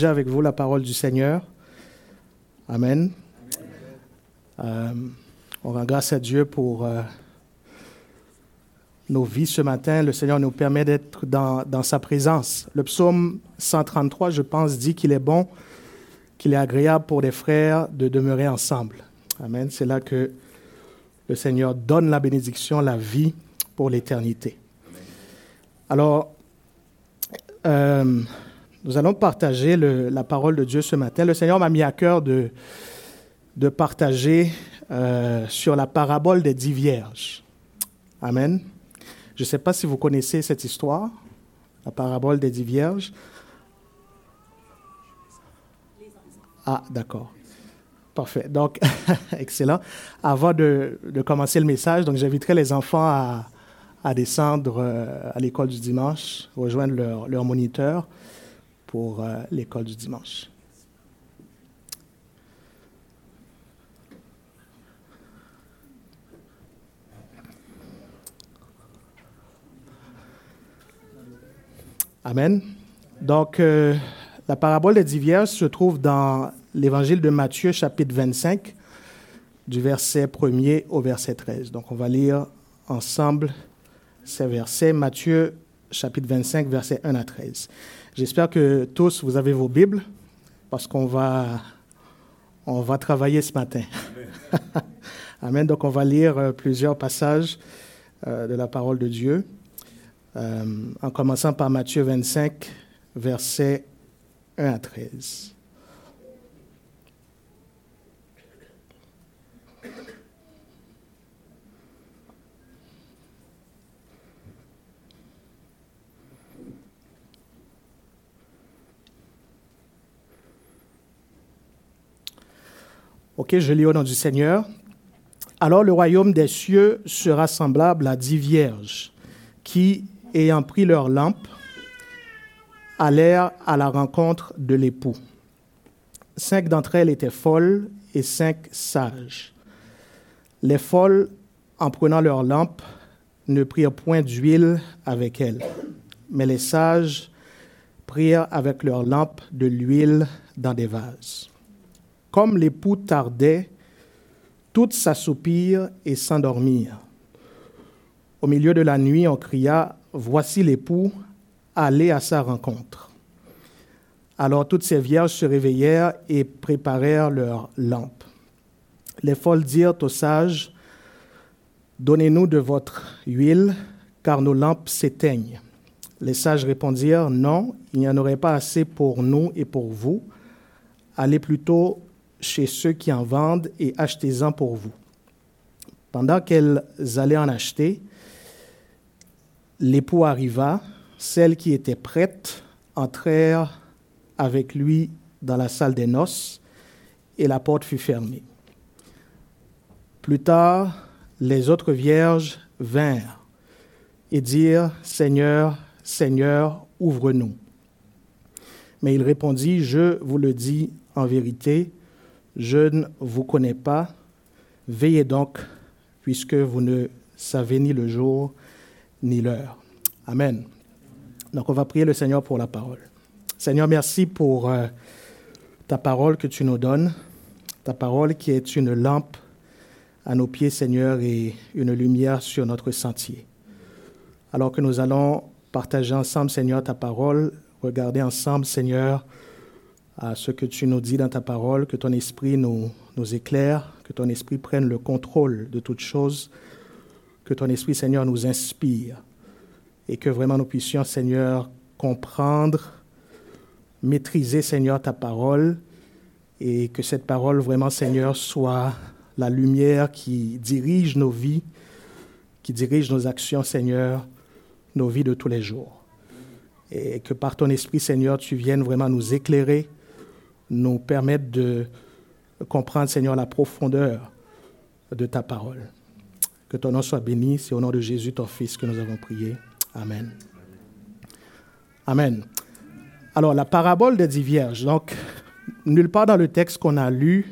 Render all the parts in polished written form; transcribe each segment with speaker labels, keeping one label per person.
Speaker 1: Avec vous la parole du Seigneur. Amen. On rend grâce à Dieu pour nos vies ce matin. Le Seigneur nous permet d'être dans sa présence. Le psaume 133, je pense, dit qu'il est bon, qu'il est agréable pour les frères de demeurer ensemble. Amen. C'est là que le Seigneur donne la bénédiction, la vie pour l'éternité. Alors, nous allons partager la parole de Dieu ce matin. Le Seigneur m'a mis à cœur de partager sur la parabole des 10 vierges. Amen. Je ne sais pas si vous connaissez cette histoire, la parabole des 10 vierges. Ah, d'accord. Parfait. Donc, excellent. Avant de commencer le message, donc j'inviterai les enfants à descendre à l'école du dimanche, rejoindre leur moniteur pour l'école du dimanche. Amen. Donc, la parabole des 10 vierges se trouve dans l'évangile de Matthieu, chapitre 25, du verset 1er au verset 13. Donc, on va lire ensemble ces versets. Matthieu, chapitre 25, versets 1 à 13. J'espère que tous, vous avez vos Bibles, parce qu'on va travailler ce matin. Amen. Amen. Donc, on va lire plusieurs passages de la parole de Dieu, en commençant par Matthieu 25, versets 1 à 13. Ok, je lis au nom du Seigneur. Alors le royaume des cieux sera semblable à 10 vierges qui, ayant pris leurs lampes, allèrent à la rencontre de l'époux. 5 d'entre elles étaient folles et 5 sages. Les folles, en prenant leurs lampes, ne prirent point d'huile avec elles, mais les sages prirent avec leurs lampes de l'huile dans des vases. Comme l'époux tardait, toutes s'assoupirent et s'endormirent. Au milieu de la nuit, on cria « Voici l'époux, allez à sa rencontre ». Alors toutes ces vierges se réveillèrent et préparèrent leurs lampes. Les folles dirent aux sages « Donnez-nous de votre huile, car nos lampes s'éteignent. » Les sages répondirent « Non, il n'y en aurait pas assez pour nous et pour vous. Allez plutôt chez ceux qui en vendent et achetez-en pour vous. » Pendant qu'elles allaient en acheter, l'époux arriva, celles qui étaient prêtes entrèrent avec lui dans la salle des noces et la porte fut fermée. Plus tard, les autres vierges vinrent et dirent « Seigneur, Seigneur, ouvre-nous. » Mais il répondit « Je vous le dis en vérité, je ne vous connais pas, veillez donc, puisque vous ne savez ni le jour ni l'heure. » Amen. Donc on va prier le Seigneur pour la parole. Seigneur, merci pour ta parole que tu nous donnes, ta parole qui est une lampe à nos pieds, Seigneur, et une lumière sur notre sentier. Alors que nous allons partager ensemble, Seigneur, ta parole, regarder ensemble, Seigneur, à ce que tu nous dis dans ta parole, que ton esprit nous éclaire, que ton esprit prenne le contrôle de toutes choses, que ton esprit, Seigneur, nous inspire et que vraiment nous puissions, Seigneur, comprendre, maîtriser, Seigneur, ta parole et que cette parole, vraiment, Seigneur, soit la lumière qui dirige nos vies, qui dirige nos actions, Seigneur, nos vies de tous les jours. Et que par ton esprit, Seigneur, tu viennes vraiment nous éclairer, nous permettre de comprendre, Seigneur, la profondeur de ta parole. Que ton nom soit béni. C'est au nom de Jésus, ton Fils, que nous avons prié. Amen. Amen. Alors, la parabole des 10 vierges. Donc, nulle part dans le texte qu'on a lu,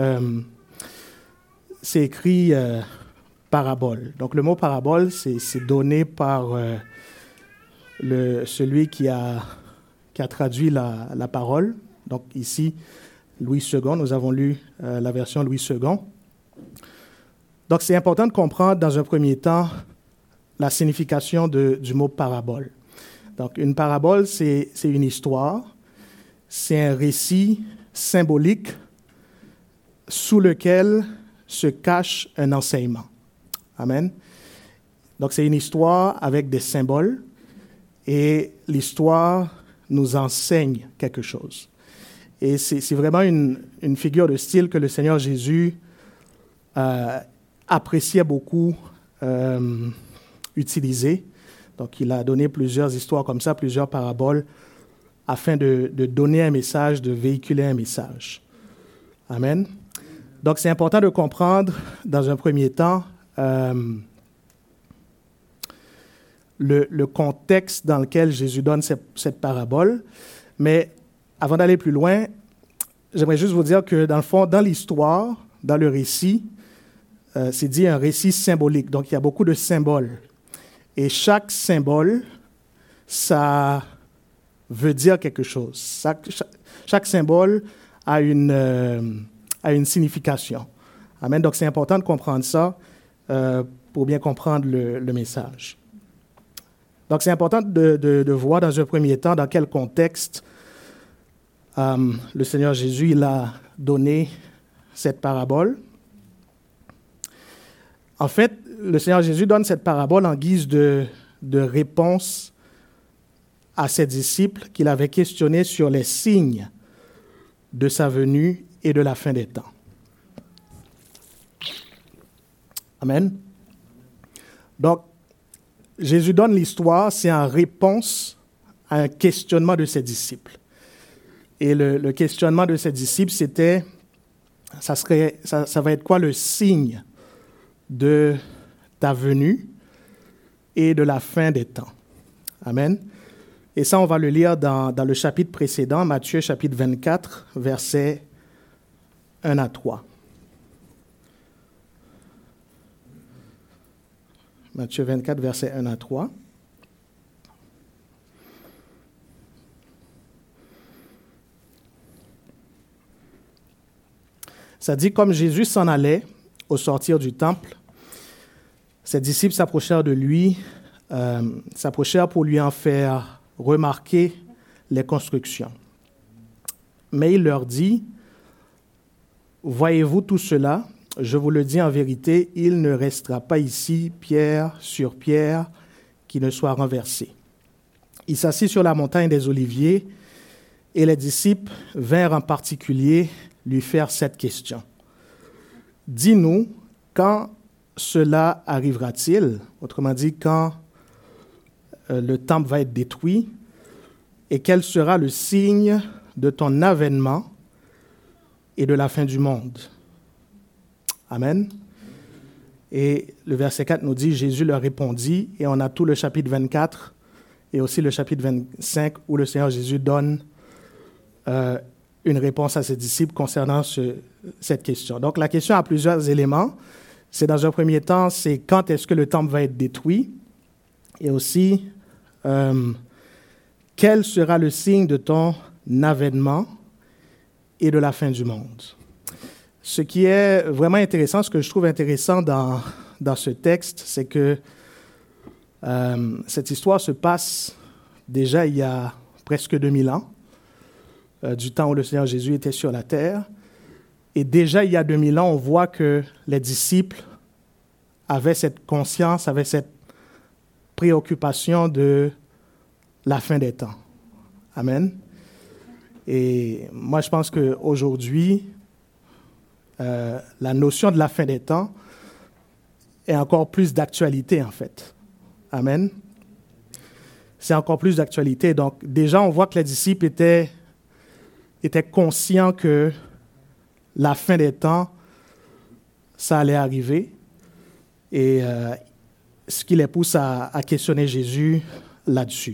Speaker 1: c'est écrit parabole. Donc, le mot parabole, c'est donné par celui qui a traduit la parole. Donc ici, Louis II, nous avons lu la version Louis II. Donc c'est important de comprendre dans un premier temps la signification du mot parabole. Donc une parabole, c'est une histoire, c'est un récit symbolique sous lequel se cache un enseignement. Amen. Donc c'est une histoire avec des symboles et l'histoire nous enseigne quelque chose. Et c'est vraiment une figure de style que le Seigneur Jésus appréciait beaucoup utiliser. Donc, il a donné plusieurs histoires comme ça, plusieurs paraboles, afin de donner un message, de véhiculer un message. Amen. Donc, c'est important de comprendre, dans un premier temps, le contexte dans lequel Jésus donne cette parabole. Mais avant d'aller plus loin, j'aimerais juste vous dire que, dans le fond, dans l'histoire, dans le récit, c'est dit un récit symbolique. Donc, il y a beaucoup de symboles. Et chaque symbole, ça veut dire quelque chose. Chaque symbole a une signification. Amen. Donc, c'est important de comprendre ça pour bien comprendre le message. Donc, c'est important de voir dans un premier temps dans quel contexte le Seigneur Jésus il a donné cette parabole. En fait, le Seigneur Jésus donne cette parabole en guise de réponse à ses disciples qu'il avait questionnés sur les signes de sa venue et de la fin des temps. Amen. Donc, Jésus donne l'histoire, c'est en réponse à un questionnement de ses disciples. Et le questionnement de ses disciples, c'était, ça va être quoi le signe de ta venue et de la fin des temps. Amen. Et ça, on va le lire dans le chapitre précédent, Matthieu chapitre 24, versets 1 à 3. Matthieu 24, versets 1 à 3. Ça dit, comme Jésus s'en allait au sortir du temple, ses disciples s'approchèrent de lui, s'approchèrent pour lui en faire remarquer les constructions. Mais il leur dit, « Voyez-vous tout cela? Je vous le dis en vérité, il ne restera pas ici pierre sur pierre qui ne soit renversée. » Il s'assit sur la montagne des Oliviers et les disciples vinrent en particulier lui faire cette question. « Dis-nous, quand cela arrivera-t-il? » Autrement dit, quand le temple va être détruit, et quel sera le signe de ton avènement et de la fin du monde? Amen. Et le verset 4 nous dit, Jésus leur répondit, et on a tout le chapitre 24 et aussi le chapitre 25 où le Seigneur Jésus donne une réponse à ses disciples concernant cette question. Donc la question a plusieurs éléments. C'est dans un premier temps, c'est quand est-ce que le temple va être détruit? Et aussi, quel sera le signe de ton avènement et de la fin du monde? Ce qui est vraiment intéressant, ce que je trouve intéressant dans ce texte, c'est que cette histoire se passe déjà il y a presque 2000 ans, du temps où le Seigneur Jésus était sur la terre. Et déjà il y a 2000 ans, on voit que les disciples avaient cette conscience, avaient cette préoccupation de la fin des temps. Amen. Et moi, je pense qu'aujourd'hui, la notion de la fin des temps est encore plus d'actualité, en fait. Amen. C'est encore plus d'actualité. Donc, déjà, on voit que les disciples étaient conscients que la fin des temps, ça allait arriver. Et ce qui les pousse à questionner Jésus là-dessus.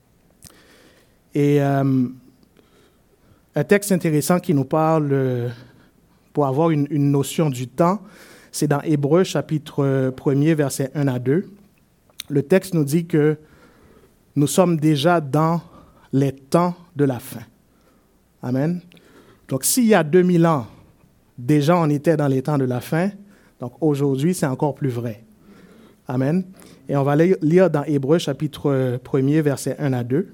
Speaker 1: Et un texte intéressant qui nous parle, pour avoir une notion du temps, c'est dans Hébreux, chapitre 1er, versets 1 à 2. Le texte nous dit que nous sommes déjà dans les temps de la fin. Amen. Donc, s'il y a 2000 ans, déjà on était dans les temps de la fin, donc aujourd'hui, c'est encore plus vrai. Amen. Et on va lire dans Hébreux, chapitre 1er, versets 1 à 2.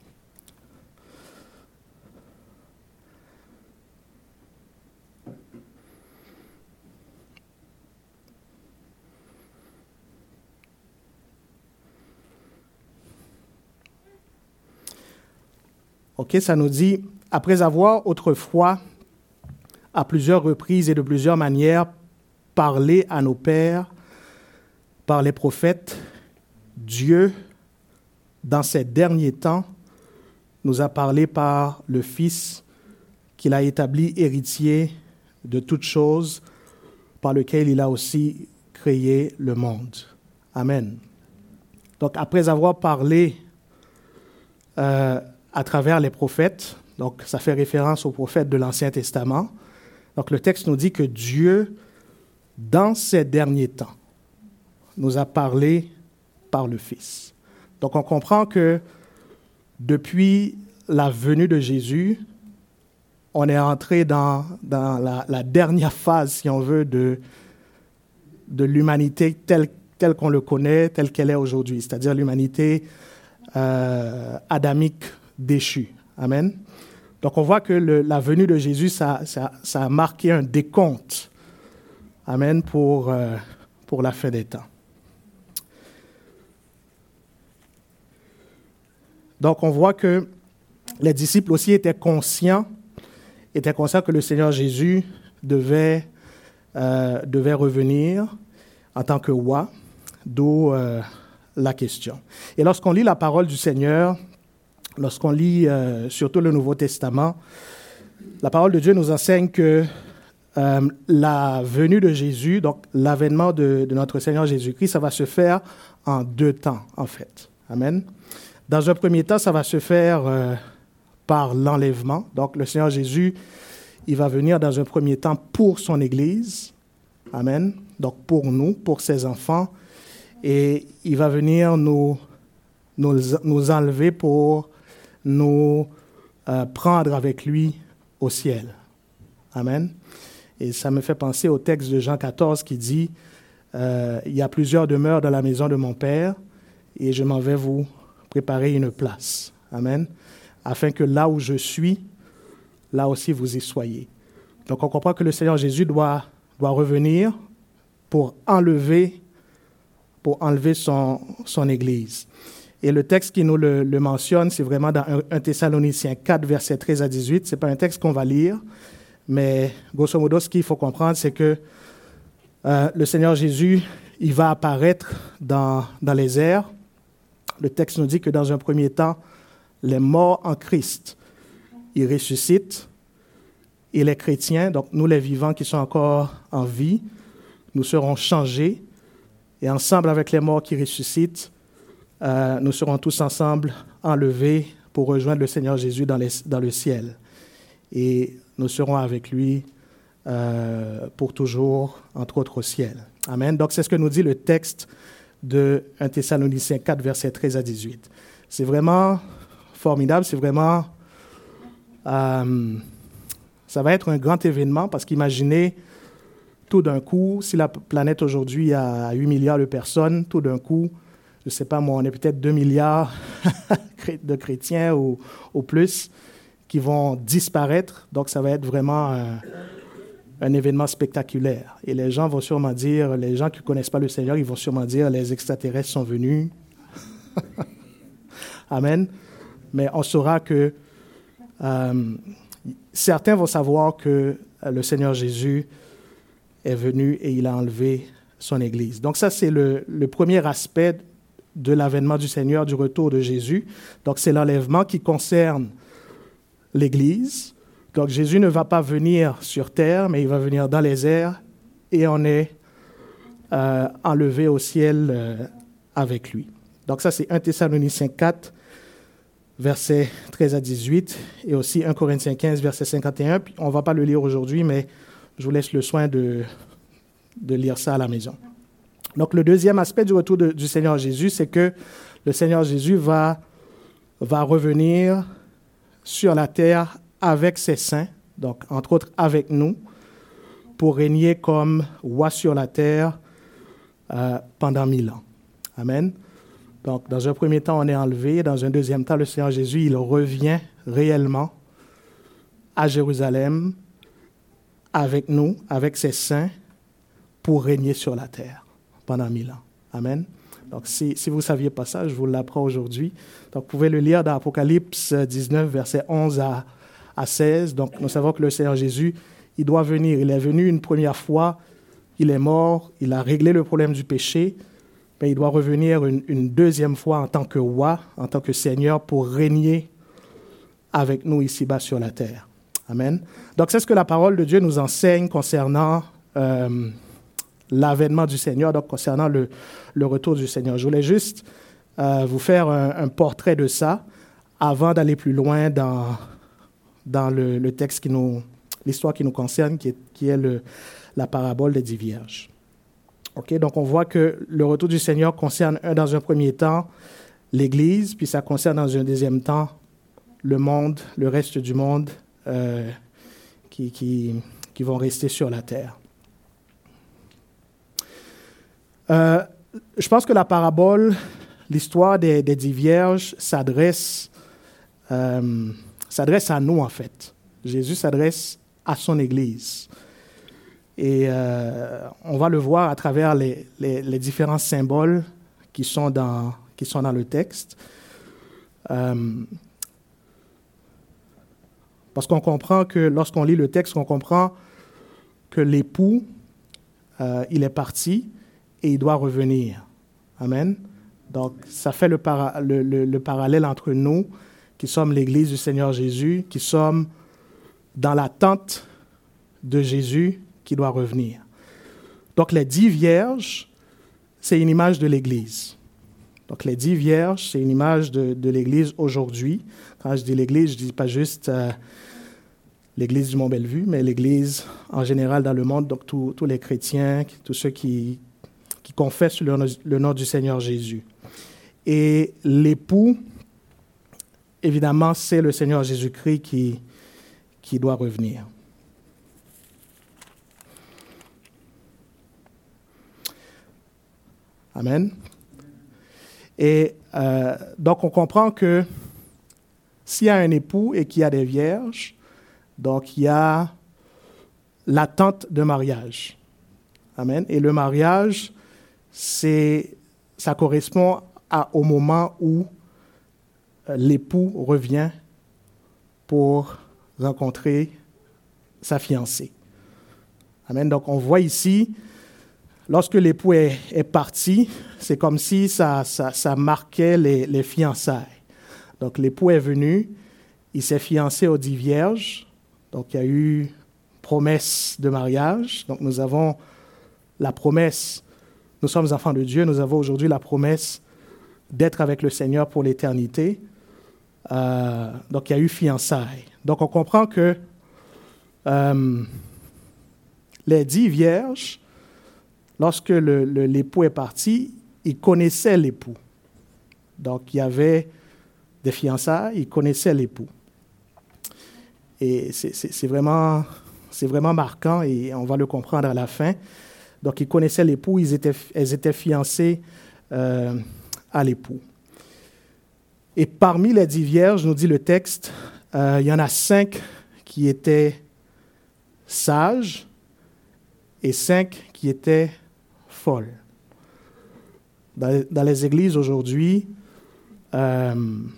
Speaker 1: OK, ça nous dit, après avoir autrefois, à plusieurs reprises et de plusieurs manières, parlé à nos pères par les prophètes, Dieu, dans ces derniers temps, nous a parlé par le Fils qu'il a établi héritier de toutes choses, par lequel il a aussi créé le monde. Amen. Donc, après avoir parlé à travers les prophètes, donc ça fait référence aux prophètes de l'Ancien Testament, donc le texte nous dit que Dieu, dans ces derniers temps, nous a parlé par le Fils. Donc on comprend que depuis la venue de Jésus, on est entré dans la dernière phase, si on veut, de l'humanité telle qu'on le connaît, telle qu'elle est aujourd'hui, c'est-à-dire l'humanité adamique déchue. Amen. Donc on voit que la venue de Jésus, ça a marqué un décompte. Amen, pour la fin des temps. Donc, on voit que les disciples aussi étaient conscients que le Seigneur Jésus devait revenir en tant que roi, d'où la question. Et lorsqu'on lit la parole du Seigneur, lorsqu'on lit surtout le Nouveau Testament, la parole de Dieu nous enseigne que la venue de Jésus, donc l'avènement de notre Seigneur Jésus-Christ, ça va se faire en 2 temps, en fait. Amen. Dans un premier temps, ça va se faire par l'enlèvement. Donc, le Seigneur Jésus, il va venir dans un premier temps pour son Église. Amen. Donc, pour nous, pour ses enfants. Et il va venir nous enlever pour nous prendre avec lui au ciel. Amen. Et ça me fait penser au texte de Jean 14 qui dit « Il y a plusieurs demeures dans la maison de mon Père et je m'en vais vous préparer une place. » Amen. Afin que là où je suis, là aussi vous y soyez. Donc on comprend que le Seigneur Jésus doit revenir pour enlever son Église. Et le texte qui nous le mentionne, c'est vraiment dans 1 Thessaloniciens 4, versets 13 à 18. Ce n'est pas un texte qu'on va lire, mais grosso modo, ce qu'il faut comprendre, c'est que le Seigneur Jésus, il va apparaître dans les airs. Le texte nous dit que dans un premier temps, les morts en Christ, ils ressuscitent. Et les chrétiens, donc nous les vivants qui sont encore en vie, nous serons changés. Et ensemble avec les morts qui ressuscitent, nous serons tous ensemble enlevés pour rejoindre le Seigneur Jésus dans le ciel. Et nous serons avec lui pour toujours, entre autres, au ciel. Amen. Donc, c'est ce que nous dit le texte de 1 Thessaloniciens 4, versets 13 à 18. C'est vraiment formidable, c'est vraiment... ça va être un grand événement parce qu'imaginez, tout d'un coup, si la planète aujourd'hui a 8 milliards de personnes, tout d'un coup, je ne sais pas moi, on est peut-être 2 milliards de chrétiens ou plus qui vont disparaître. Donc, ça va être vraiment un événement spectaculaire. Et les gens vont sûrement dire, les gens qui ne connaissent pas le Seigneur, ils vont sûrement dire, les extraterrestres sont venus. Amen. Mais on saura que certains vont savoir que le Seigneur Jésus est venu et il a enlevé son Église. Donc ça, c'est le premier aspect de l'avènement du Seigneur, du retour de Jésus. Donc c'est l'enlèvement qui concerne l'Église. Donc Jésus ne va pas venir sur terre, mais il va venir dans les airs et on est enlevé au ciel avec lui. Donc ça, c'est 1 Thessaloniciens 4, versets 13 à 18, et aussi 1 Corinthiens 15, verset 51. Puis on ne va pas le lire aujourd'hui, mais je vous laisse le soin de lire ça à la maison. Donc, le deuxième aspect du retour du Seigneur Jésus, c'est que le Seigneur Jésus va revenir sur la terre avec ses saints, donc entre autres avec nous, pour régner comme roi sur la terre pendant 1000 ans. Amen. Donc, dans un premier temps, on est enlevé. Dans un deuxième temps, le Seigneur Jésus, il revient réellement à Jérusalem avec nous, avec ses saints, pour régner sur la terre pendant 1000 ans. Amen. Donc, si vous ne saviez pas ça, je vous l'apprends aujourd'hui. Donc, vous pouvez le lire dans Apocalypse 19, versets 11 à 16. Donc, nous savons que le Seigneur Jésus, il doit venir. Il est venu une première fois, il est mort, il a réglé le problème du péché, mais il doit revenir une deuxième fois en tant que roi, en tant que Seigneur, pour régner avec nous ici-bas sur la terre. Amen. Donc, c'est ce que la parole de Dieu nous enseigne concernant l'avènement du Seigneur, donc concernant le retour du Seigneur. Je voulais juste vous faire un portrait de ça avant d'aller plus loin dans le texte l'histoire qui nous concerne, qui est la parabole des 10 vierges. Okay, donc on voit que le retour du Seigneur concerne dans un premier temps l'Église, puis ça concerne dans un deuxième temps le monde, le reste du monde qui vont rester sur la terre. Je pense que la parabole, l'histoire des 10 vierges s'adresse à nous en fait. Jésus s'adresse à son Église. Et on va le voir à travers les différents symboles qui sont dans le texte. Parce qu'on comprend que lorsqu'on lit le texte, on comprend que l'époux, il est parti et il doit revenir. Amen. Donc, ça fait le parallèle entre nous, qui sommes l'Église du Seigneur Jésus, qui sommes dans l'attente de Jésus qui doit revenir. Donc, les 10 vierges, c'est une image de l'Église. Donc, les 10 vierges, c'est une image de l'Église aujourd'hui. Quand je dis l'Église, je ne dis pas juste l'Église du Mont-Bellevue, mais l'Église en général dans le monde, donc tous les chrétiens, tous ceux qui confessent le nom du Seigneur Jésus. Et l'époux, évidemment, c'est le Seigneur Jésus-Christ qui doit revenir. Amen. Et donc, on comprend que s'il y a un époux et qu'il y a des vierges, donc il y a l'attente de mariage. Amen. Et le mariage, ça correspond au moment où l'époux revient pour rencontrer sa fiancée. Amen. Donc, on voit ici, lorsque l'époux est parti, c'est comme si ça marquait les fiançailles. Donc, l'époux est venu, il s'est fiancé aux 10 vierges. Donc, il y a eu promesse de mariage. Donc, nous avons la promesse, nous sommes enfants de Dieu, nous avons aujourd'hui la promesse d'être avec le Seigneur pour l'éternité. Donc, il y a eu fiançailles. Donc, on comprend que les 10 vierges, lorsque l'époux est parti, ils connaissaient l'époux. Donc, il y avait des fiançailles, ils connaissaient l'époux. Et c'est vraiment marquant et on va le comprendre à la fin. Donc, ils connaissaient l'époux, elles étaient fiancées à l'époux. Et parmi les 10 vierges, nous dit le texte, il y en a 5 qui étaient sages et 5 qui étaient folles. Dans les églises aujourd'hui, il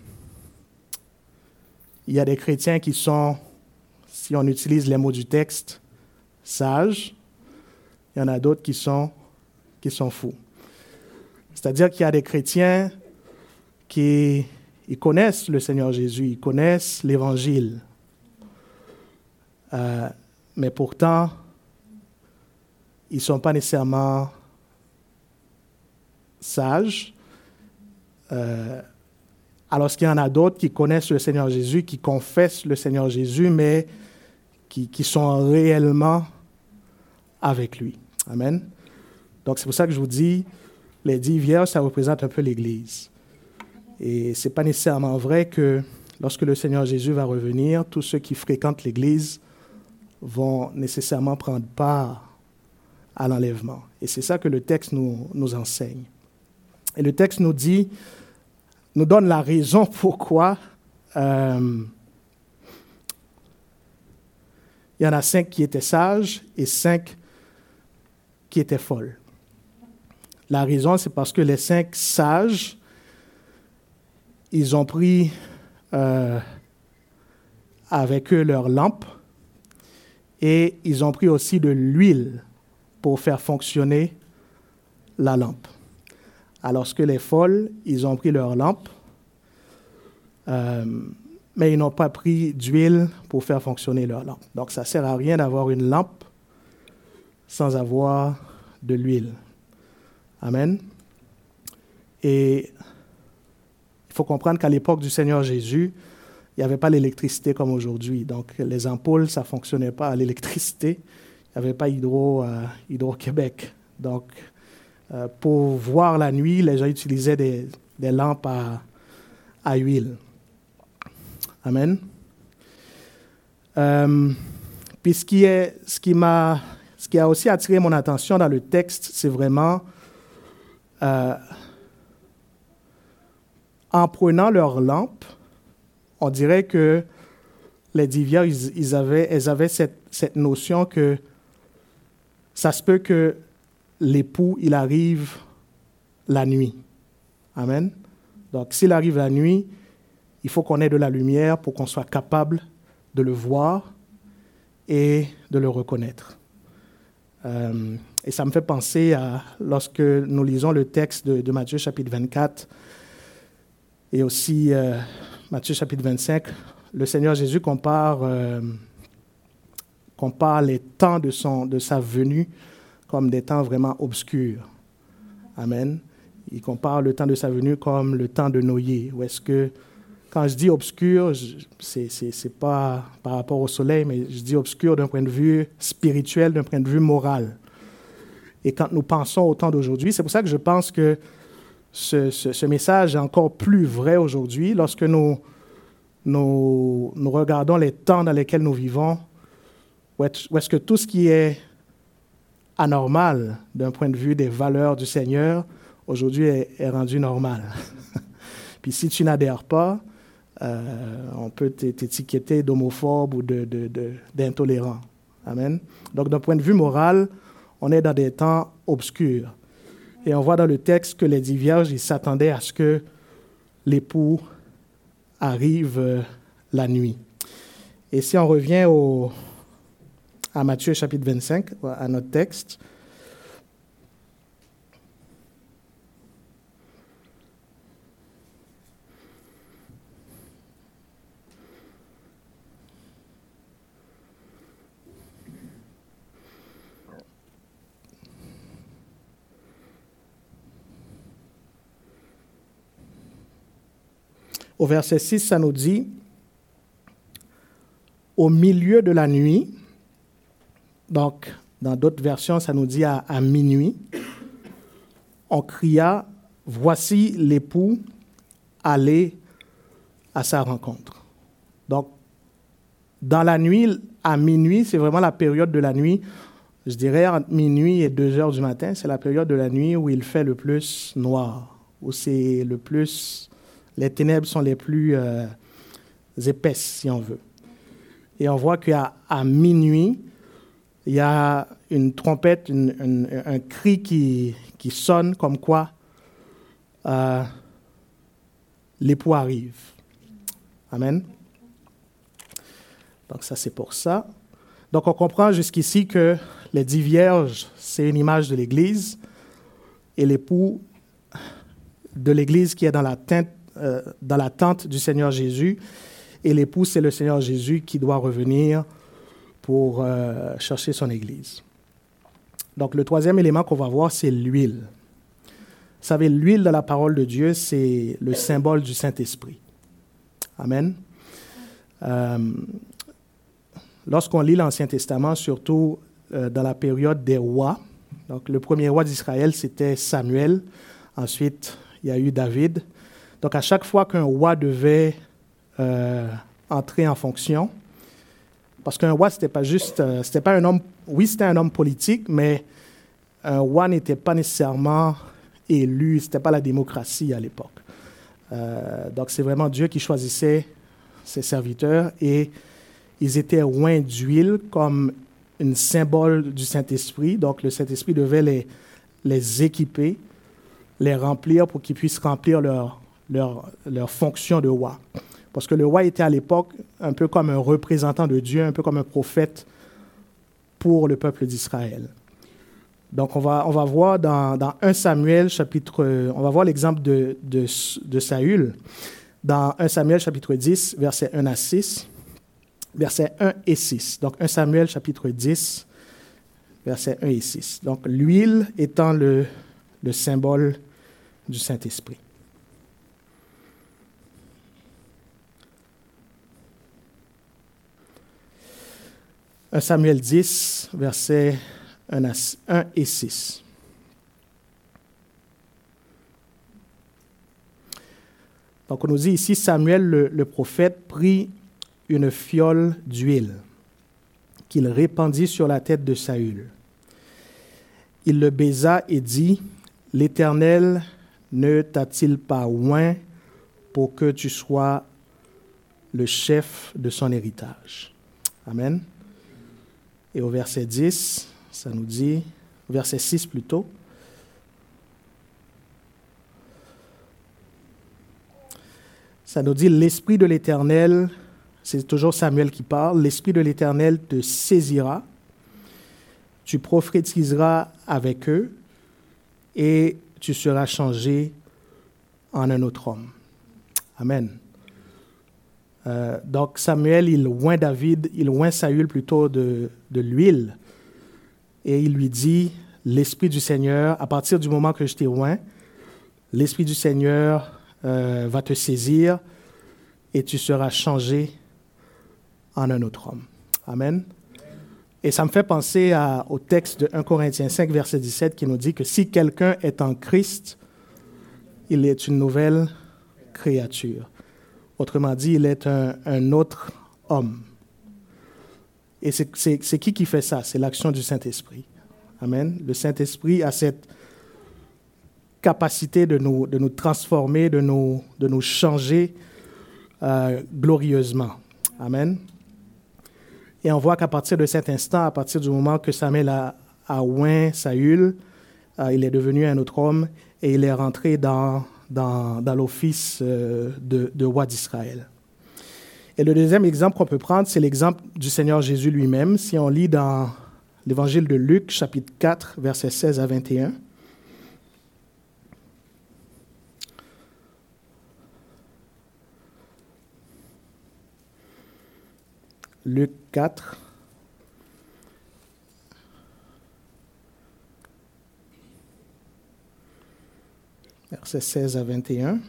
Speaker 1: y a des chrétiens qui sont, si on utilise les mots du texte, sages. Il y en a d'autres qui sont fous. C'est-à-dire qu'il y a des chrétiens qui connaissent le Seigneur Jésus, ils connaissent l'Évangile. Mais pourtant, ils ne sont pas nécessairement sages. Alors qu'il y en a d'autres qui connaissent le Seigneur Jésus, qui confessent le Seigneur Jésus, mais qui sont réellement avec lui. Amen. Donc, c'est pour ça que je vous dis, les 10 vierges, ça représente un peu l'Église. Et ce n'est pas nécessairement vrai que lorsque le Seigneur Jésus va revenir, tous ceux qui fréquentent l'Église vont nécessairement prendre part à l'enlèvement. Et c'est ça que le texte nous enseigne. Et le texte nous donne la raison pourquoi il y en a 5 qui étaient sages et 5 qui étaient folles. La raison, c'est parce que les 5 sages, ils ont pris avec eux leur lampe et ils ont pris aussi de l'huile pour faire fonctionner la lampe. Alors que les folles, ils ont pris leur lampe, mais ils n'ont pas pris d'huile pour faire fonctionner leur lampe. Donc, ça ne sert à rien d'avoir une lampe sans avoir de l'huile. Amen. Et il faut comprendre qu'à l'époque du Seigneur Jésus, il n'y avait pas l'électricité comme aujourd'hui. Donc, les ampoules, ça ne fonctionnait pas à l'électricité. Il n'y avait pas Hydro-Québec. Donc, pour voir la nuit, les gens utilisaient des lampes à huile. Amen. Puis ce qui a aussi attiré mon attention dans le texte, c'est vraiment en prenant leur lampe, on dirait que les 10 vierges, elles avaient cette notion que ça se peut que l'époux, il arrive la nuit. Amen. Donc, s'il arrive la nuit, il faut qu'on ait de la lumière pour qu'on soit capable de le voir et de le reconnaître. Et ça me fait penser à lorsque nous lisons le texte de Matthieu chapitre 24 et aussi Matthieu chapitre 25, le Seigneur Jésus compare les temps de sa venue comme des temps vraiment obscurs. Amen. Il compare le temps de sa venue comme le temps de Noé. Où est-ce que, quand je dis obscur, c'est pas par rapport au soleil, mais je dis obscur d'un point de vue spirituel, d'un point de vue moral. Et quand nous pensons au temps d'aujourd'hui, c'est pour ça que je pense que ce message est encore plus vrai aujourd'hui lorsque nous regardons les temps dans lesquels nous vivons, où est-ce que tout ce qui est anormal d'un point de vue des valeurs du Seigneur, aujourd'hui est rendu normal. Puis si tu n'adhères pas, on peut t'étiqueter d'homophobe ou d'intolérant. Amen. Donc d'un point de vue moral, on est dans des temps obscurs. Et on voit dans le texte que les 10 vierges, ils s'attendaient à ce que l'époux arrive la nuit. Et si on revient à Matthieu chapitre 25, à notre texte, au verset 6, ça nous dit « Au milieu de la nuit », donc dans d'autres versions, ça nous dit à minuit, on cria « Voici l'époux, allez à sa rencontre ». Donc, dans la nuit, à minuit, c'est vraiment la période de la nuit, je dirais entre minuit et 2 heures du matin, c'est la période de la nuit où il fait le plus noir, où c'est le plus... Les ténèbres sont les plus épaisses, si on veut. Et on voit qu'à minuit, il y a une trompette, un cri qui sonne comme quoi l'époux arrive. Amen. Donc ça, c'est pour ça. Donc on comprend jusqu'ici que les 10 vierges, c'est une image de l'Église, et l'époux de l'Église qui est dans la tente du Seigneur Jésus, et l'époux, c'est le Seigneur Jésus qui doit revenir pour chercher son Église. Donc, le troisième élément qu'on va voir, c'est l'huile. Vous savez, l'huile de la parole de Dieu, c'est le symbole du Saint-Esprit. Amen. Lorsqu'on lit l'Ancien Testament, surtout dans la période des rois, donc le premier roi d'Israël, c'était Samuel. Ensuite, il y a eu David. Donc, à chaque fois qu'un roi devait entrer en fonction. Parce qu'un roi, c'était pas un homme, oui, c'était un homme politique, mais un roi n'était pas nécessairement élu, c'était pas la démocratie à l'époque. Donc, c'est vraiment Dieu qui choisissait ses serviteurs et ils étaient oints d'huile comme un symbole du Saint-Esprit. Donc, le Saint-Esprit devait les équiper, les remplir pour qu'ils puissent remplir leur fonction de roi. Parce que le roi était à l'époque un peu comme un représentant de Dieu, un peu comme un prophète pour le peuple d'Israël. Donc, on va voir dans 1 Samuel, on va voir l'exemple de Saül. Dans 1 Samuel, chapitre 10, versets 1 à 6, versets 1 et 6. Donc, 1 Samuel, chapitre 10, versets 1 et 6. Donc, l'huile étant le symbole du Saint-Esprit. « 1 Samuel 10, versets 1 et 6. Donc, on nous dit ici, Samuel, le prophète, prit une fiole d'huile qu'il répandit sur la tête de Saül. Il le baisa et dit, « L'Éternel ne t'a-t-il pas oint pour que tu sois le chef de son héritage? » Amen. Et au verset 10, ça nous dit, verset 6 plutôt, ça nous dit, l'Esprit de l'Éternel, c'est toujours Samuel qui parle, l'Esprit de l'Éternel te saisira, tu prophétiseras avec eux et tu seras changé en un autre homme. Amen. Donc Samuel, il oint Saül plutôt de l'huile et il lui dit, l'Esprit du Seigneur, à partir du moment que je t'ai oint, l'Esprit du Seigneur va te saisir et tu seras changé en un autre homme. Amen. Et ça me fait penser au texte de 1 Corinthiens 5, verset 17, qui nous dit que si quelqu'un est en Christ, il est une nouvelle créature. Autrement dit, il est un autre homme. Et c'est qui fait ça? C'est l'action du Saint-Esprit. Amen. Le Saint-Esprit a cette capacité de nous transformer, de nous changer glorieusement. Amen. Et on voit qu'à partir de cet instant, à partir du moment que Samuel a oint Saül, il est devenu un autre homme et il est rentré dans l'office de roi d'Israël. Et le deuxième exemple qu'on peut prendre, c'est l'exemple du Seigneur Jésus lui-même. Si on lit dans l'Évangile de Luc, chapitre 4, versets 16 à 21. Luc 4, versets 16 à 21.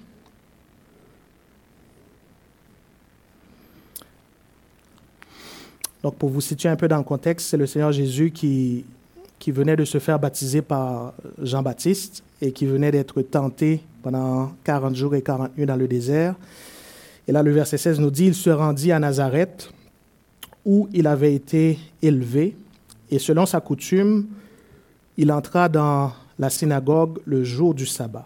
Speaker 1: Donc, pour vous situer un peu dans le contexte, c'est le Seigneur Jésus qui venait de se faire baptiser par Jean-Baptiste et qui venait d'être tenté pendant 40 jours et 40 nuits dans le désert. Et là, le verset 16 nous dit, « Il se rendit à Nazareth, où il avait été élevé, et selon sa coutume, il entra dans la synagogue le jour du sabbat.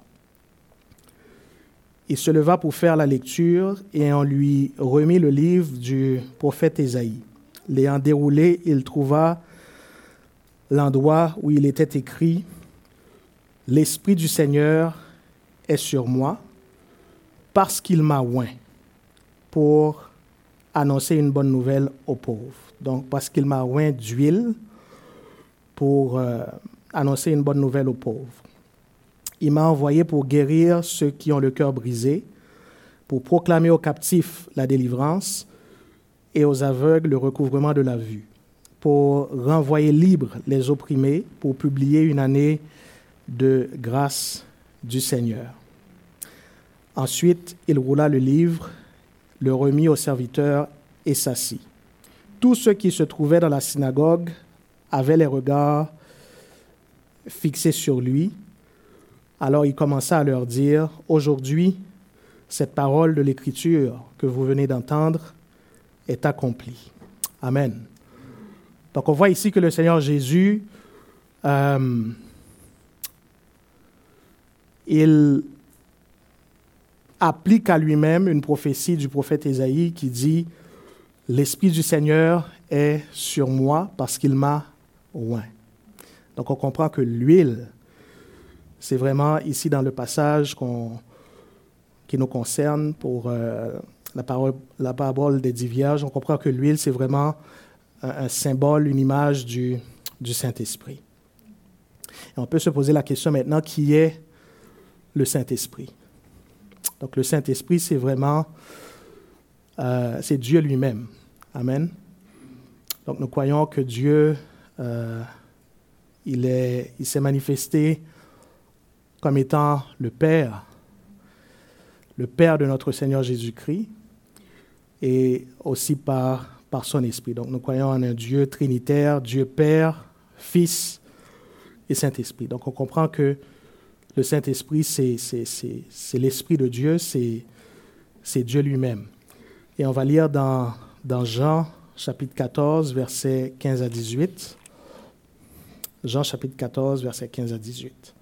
Speaker 1: Il se leva pour faire la lecture, et on lui remit le livre du prophète Ésaïe. L'ayant déroulé, il trouva l'endroit où il était écrit « L'Esprit du Seigneur est sur moi, parce qu'il m'a oint pour annoncer une bonne nouvelle aux pauvres. » Donc, parce qu'il m'a oint d'huile pour annoncer une bonne nouvelle aux pauvres. Il m'a envoyé pour guérir ceux qui ont le cœur brisé, pour proclamer aux captifs la délivrance et aux aveugles le recouvrement de la vue, pour renvoyer libres les opprimés, pour publier une année de grâce du Seigneur. Ensuite, il roula le livre, le remit au serviteur et s'assit. Tous ceux qui se trouvaient dans la synagogue avaient les regards fixés sur lui. Alors il commença à leur dire, « Aujourd'hui, cette parole de l'Écriture que vous venez d'entendre est accomplie. Amen. Donc on voit ici que le Seigneur Jésus, il applique à lui-même une prophétie du prophète Ésaïe qui dit « L'Esprit du Seigneur est sur moi parce qu'il m'a oint ». Donc on comprend que l'huile, c'est vraiment ici dans le passage qui nous concerne pour la parabole des 10 vierges, on comprend que l'huile, c'est vraiment un symbole, une image du Saint-Esprit. Et on peut se poser la question maintenant, qui est le Saint-Esprit? Donc le Saint-Esprit, c'est vraiment, c'est Dieu lui-même. Amen. Donc nous croyons que Dieu, il s'est manifesté comme étant le Père de notre Seigneur Jésus-Christ, et aussi par son Esprit. Donc nous croyons en un Dieu trinitaire, Dieu Père, Fils et Saint-Esprit. Donc on comprend que le Saint-Esprit, c'est l'Esprit de Dieu, c'est Dieu lui-même. Et on va lire dans Jean, chapitre 14, versets 15 à 18. Jean, chapitre 14, versets 15 à 18.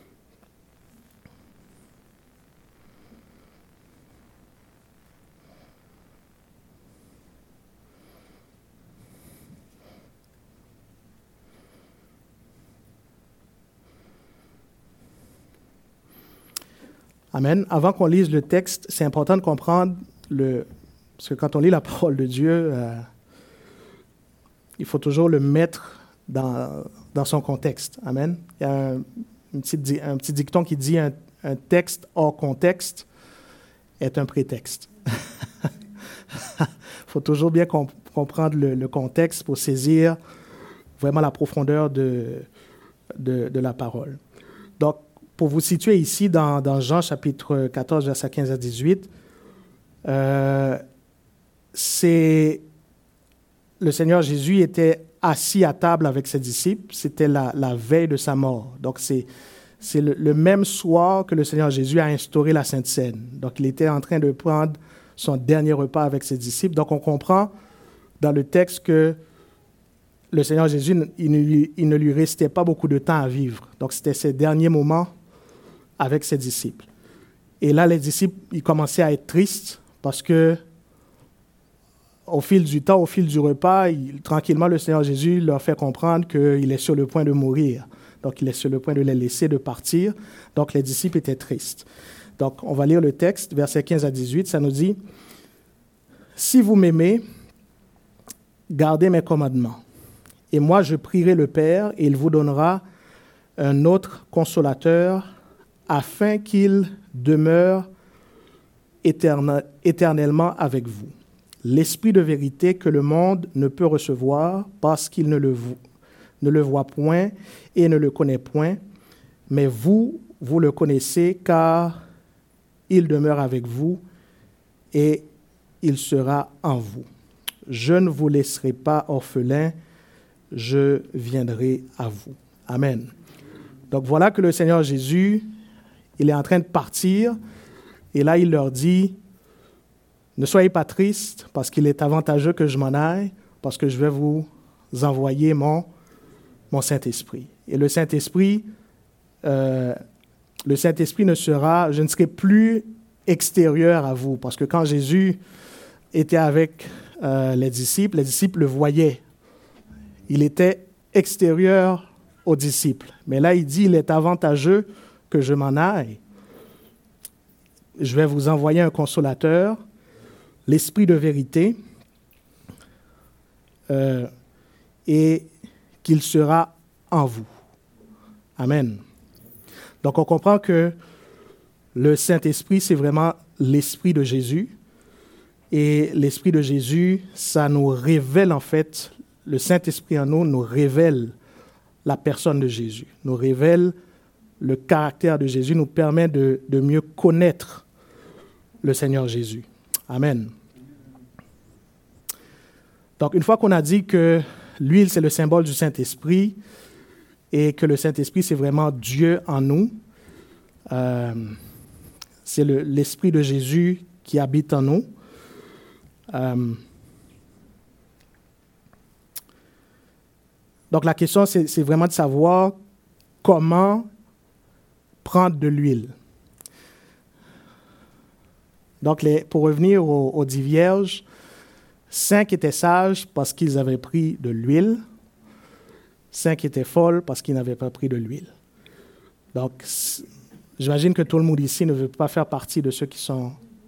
Speaker 1: Amen. Avant qu'on lise le texte, c'est important de comprendre, parce que quand on lit la parole de Dieu, il faut toujours le mettre dans son contexte. Amen. Il y a un petit dicton qui dit un texte hors contexte est un prétexte. Il faut toujours bien comprendre le contexte pour saisir vraiment la profondeur de la parole. Donc, pour vous situer ici dans Jean chapitre 14, versets 15 à 18, c'est le Seigneur Jésus était assis à table avec ses disciples, c'était la veille de sa mort. Donc c'est le même soir que le Seigneur Jésus a instauré la Sainte Seine. Donc il était en train de prendre son dernier repas avec ses disciples. Donc on comprend dans le texte que le Seigneur Jésus, il ne lui restait pas beaucoup de temps à vivre. Donc c'était ses derniers moments avec ses disciples. Et là, les disciples, ils commençaient à être tristes parce que au fil du temps, au fil du repas, tranquillement, le Seigneur Jésus leur fait comprendre qu'il est sur le point de mourir. Donc, il est sur le point de les laisser, de partir. Donc, les disciples étaient tristes. Donc, on va lire le texte, versets 15 à 18. Ça nous dit « Si vous m'aimez, gardez mes commandements. Et moi, je prierai le Père, et il vous donnera un autre consolateur, afin qu'il demeure éternellement avec vous. L'Esprit de vérité que le monde ne peut recevoir parce qu'il ne le voit point et ne le connaît point, mais vous le connaissez car il demeure avec vous et il sera en vous. Je ne vous laisserai pas orphelins, je viendrai à vous. » Amen. Donc voilà que le Seigneur Jésus, il est en train de partir et là il leur dit « Ne soyez pas tristes parce qu'il est avantageux que je m'en aille parce que je vais vous envoyer mon Saint-Esprit. » Et le Saint-Esprit ne sera, je ne serai plus extérieur à vous parce que quand Jésus était avec les disciples le voyaient. Il était extérieur aux disciples. Mais là, il dit, il est avantageux que je m'en aille. Je vais vous envoyer un consolateur, l'Esprit de vérité, et qu'il sera en vous. Amen. Donc, on comprend que le Saint-Esprit, c'est vraiment l'Esprit de Jésus. Et l'Esprit de Jésus, ça nous révèle en fait, le Saint-Esprit en nous révèle la personne de Jésus, nous révèle le caractère de Jésus, nous permet de mieux connaître le Seigneur Jésus. Amen. Donc, une fois qu'on a dit que l'huile, c'est le symbole du Saint-Esprit et que le Saint-Esprit, c'est vraiment Dieu en nous, c'est l'Esprit de Jésus qui habite en nous. Donc la question, c'est vraiment de savoir comment prendre de l'huile. Donc pour revenir aux 10 vierges, 5 étaient sages parce qu'ils avaient pris de l'huile. 5 étaient folles parce qu'ils n'avaient pas pris de l'huile. Donc, j'imagine que tout le monde ici ne veut pas faire partie de ceux qui sont...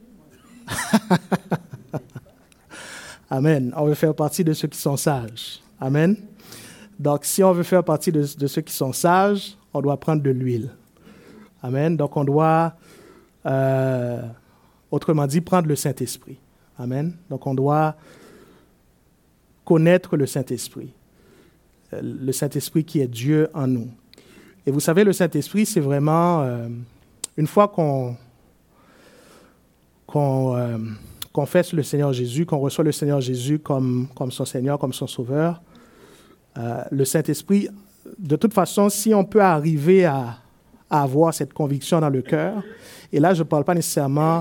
Speaker 1: Amen. On veut faire partie de ceux qui sont sages. Amen. Donc, si on veut faire partie de ceux qui sont sages, on doit prendre de l'huile. Amen. Donc, on doit, autrement dit, prendre le Saint-Esprit. Amen. Donc, on doit connaître le Saint-Esprit. Le Saint-Esprit qui est Dieu en nous. Et vous savez, le Saint-Esprit, c'est vraiment, une fois qu'on confesse le Seigneur Jésus, qu'on reçoit le Seigneur Jésus comme son Seigneur, comme son Sauveur, le Saint-Esprit, de toute façon, si on peut arriver à avoir cette conviction dans le cœur, et là, je ne parle pas nécessairement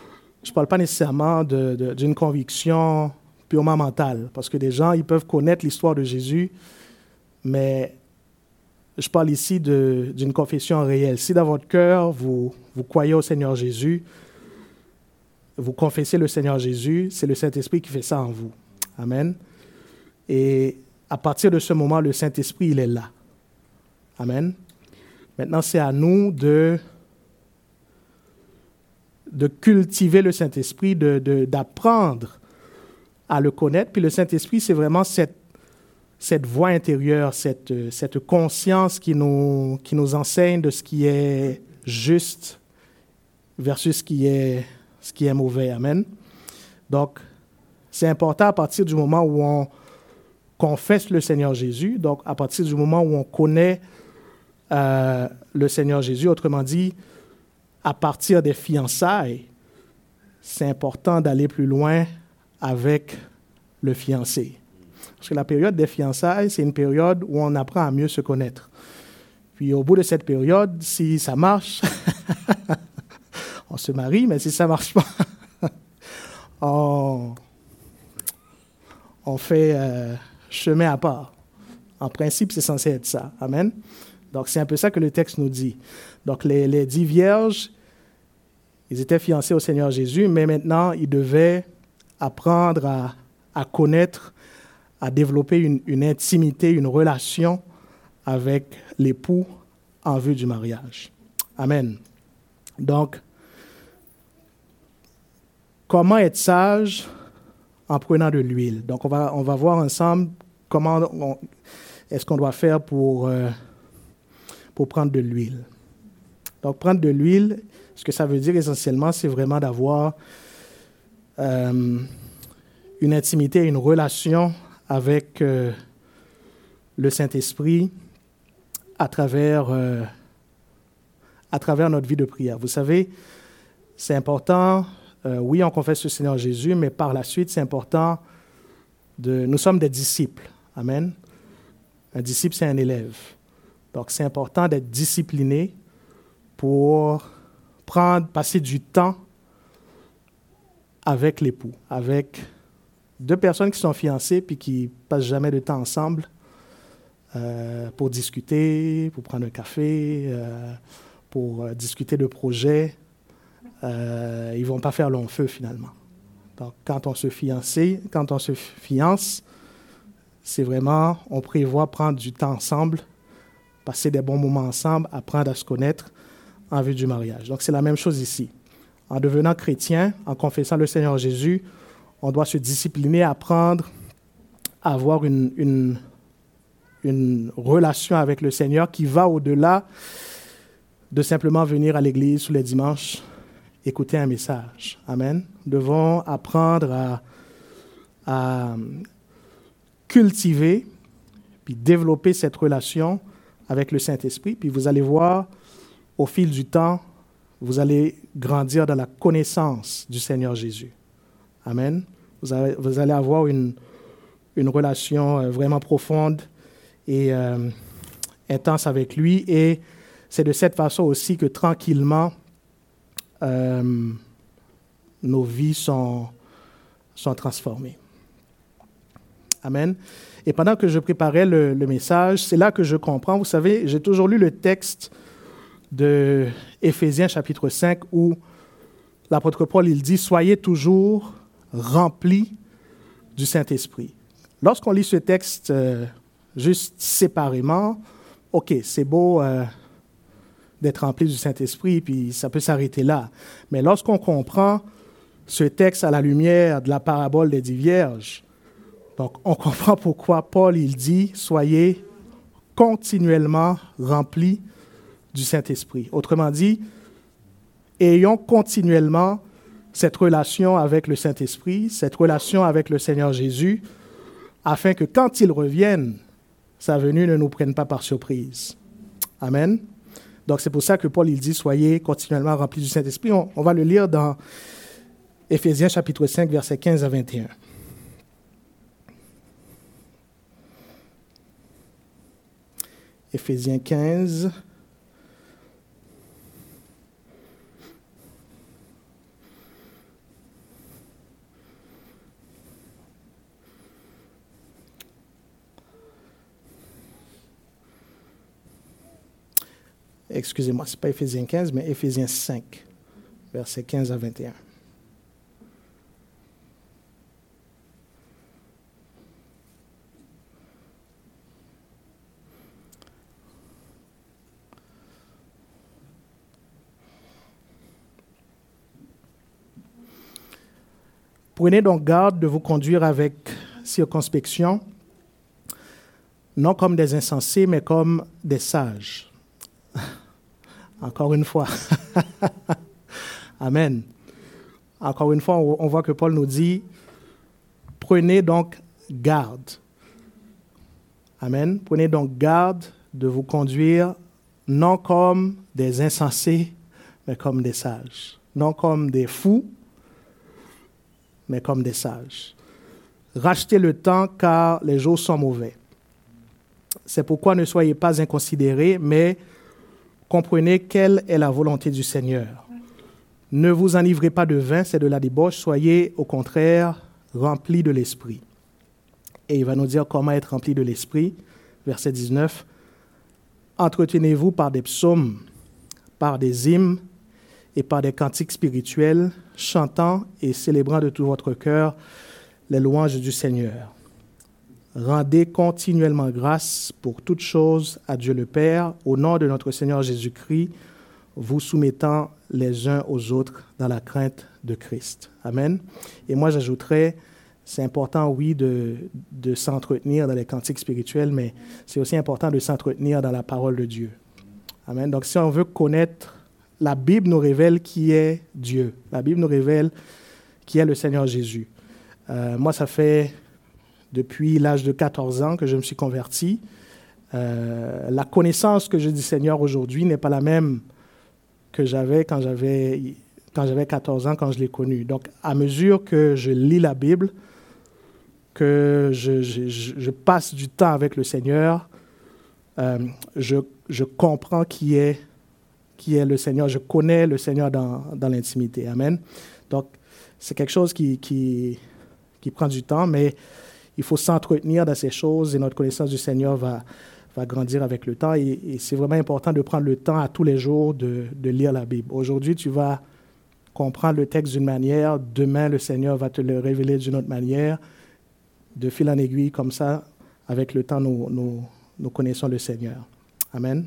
Speaker 1: d'une conviction purement mentale, parce que des gens, ils peuvent connaître l'histoire de Jésus, mais je parle ici d'une confession réelle. Si dans votre cœur, vous croyez au Seigneur Jésus, vous confessez le Seigneur Jésus, c'est le Saint-Esprit qui fait ça en vous. Amen. Et à partir de ce moment, le Saint-Esprit, il est là. Amen. Maintenant, c'est à nous de cultiver le Saint-Esprit, d'apprendre à le connaître. Puis le Saint-Esprit, c'est vraiment cette voix intérieure, cette conscience qui nous enseigne de ce qui est juste versus ce qui est mauvais. Amen. Donc, c'est important à partir du moment où on confesse le Seigneur Jésus, donc à partir du moment où on connaît le Seigneur Jésus, autrement dit, à partir des fiançailles, c'est important d'aller plus loin avec le fiancé. Parce que la période des fiançailles, c'est une période où on apprend à mieux se connaître. Puis au bout de cette période, si ça marche, on se marie, mais si ça ne marche pas, on fait chemin à part. En principe, c'est censé être ça. Amen. Donc, c'est un peu ça que le texte nous dit. Donc, les 10 vierges, ils étaient fiancés au Seigneur Jésus, mais maintenant, ils devaient apprendre à connaître, à développer une intimité, une relation avec l'époux en vue du mariage. Amen. Donc, comment être sage en prenant de l'huile? Donc, on va voir ensemble comment est-ce qu'on doit faire pour prendre de l'huile. Donc, prendre de l'huile, ce que ça veut dire essentiellement, c'est vraiment d'avoir une intimité, une relation avec le Saint-Esprit à travers notre vie de prière. Vous savez, c'est important, oui, on confesse le Seigneur Jésus, mais par la suite, c'est important nous sommes des disciples. Amen. Un disciple, c'est un élève. Donc, c'est important d'être discipliné pour passer du temps avec l'époux, avec 2 personnes qui sont fiancées puis qui passent jamais de temps ensemble pour discuter, pour prendre un café, pour discuter de projets. Ils ne vont pas faire long feu finalement. Donc, quand on se fiance, c'est vraiment, on prévoit prendre du temps ensemble, passer des bons moments ensemble, apprendre à se connaître en vue du mariage. Donc, c'est la même chose ici. En devenant chrétien, en confessant le Seigneur Jésus, on doit se discipliner, apprendre à avoir une relation avec le Seigneur qui va au-delà de simplement venir à l'église tous les dimanches, écouter un message. Amen. Nous devons apprendre à cultiver puis développer cette relation avec le Saint-Esprit. Puis vous allez voir, au fil du temps, vous allez grandir dans la connaissance du Seigneur Jésus. Amen. Vous allez avoir une relation vraiment profonde et intense avec lui. Et c'est de cette façon aussi que tranquillement, nos vies sont transformées. Amen. Et pendant que je préparais le message, c'est là que je comprends. Vous savez, j'ai toujours lu le texte de Éphésiens chapitre 5 où l'apôtre Paul, il dit « Soyez toujours remplis du Saint-Esprit ». Lorsqu'on lit ce texte juste séparément, OK, c'est beau d'être rempli du Saint-Esprit, puis ça peut s'arrêter là. Mais lorsqu'on comprend ce texte à la lumière de la parabole des 10 vierges, donc on comprend pourquoi Paul, il dit « Soyez continuellement remplis du Saint-Esprit ». Autrement dit, ayons continuellement cette relation avec le Saint-Esprit, cette relation avec le Seigneur Jésus, afin que quand il revienne, sa venue ne nous prenne pas par surprise. Amen. Donc c'est pour ça que Paul il dit « Soyez continuellement remplis du Saint-Esprit ». On va le lire dans Éphésiens chapitre 5, versets 15 à 21. Éphésiens 15. Excusez-moi, ce n'est pas Éphésiens 15, mais Éphésiens 5, versets 15 à 21. Prenez donc garde de vous conduire avec circonspection, non comme des insensés, mais comme des sages. Encore une fois. Amen. Encore une fois, on voit que Paul nous dit, prenez donc garde. Amen. Prenez donc garde de vous conduire non comme des insensés, mais comme des sages. Non comme des fous, mais comme des sages. Rachetez le temps car les jours sont mauvais. C'est pourquoi ne soyez pas inconsidérés, mais comprenez quelle est la volonté du Seigneur. Ne vous enivrez pas de vin, c'est de la débauche, soyez au contraire remplis de l'Esprit. Et il va nous dire comment être remplis de l'Esprit. Verset 19. Entretenez-vous par des psaumes, par des hymnes et par des cantiques spirituels, chantant et célébrant de tout votre cœur les louanges du Seigneur. Rendez continuellement grâce pour toutes choses à Dieu le Père, au nom de notre Seigneur Jésus-Christ, vous soumettant les uns aux autres dans la crainte de Christ. Amen. Et moi, j'ajouterais, c'est important, oui, de s'entretenir dans les cantiques spirituels, mais c'est aussi important de s'entretenir dans la parole de Dieu. Amen. Donc, si on veut connaître, la Bible nous révèle qui est Dieu. La Bible nous révèle qui est le Seigneur Jésus. Moi, ça fait depuis l'âge de 14 ans que je me suis converti. La connaissance que j'ai du Seigneur aujourd'hui n'est pas la même que j'avais quand j'avais 14 ans, quand je l'ai connu. Donc, à mesure que je lis la Bible, que je passe du temps avec le Seigneur, je comprends qui est le Seigneur. Je connais le Seigneur dans l'intimité. Amen. Donc, c'est quelque chose qui prend du temps, mais il faut s'entretenir dans ces choses et notre connaissance du Seigneur va grandir avec le temps. Et c'est vraiment important de prendre le temps à tous les jours de lire la Bible. Aujourd'hui, tu vas comprendre le texte d'une manière. Demain, le Seigneur va te le révéler d'une autre manière. De fil en aiguille, comme ça, avec le temps, nous connaissons le Seigneur. Amen.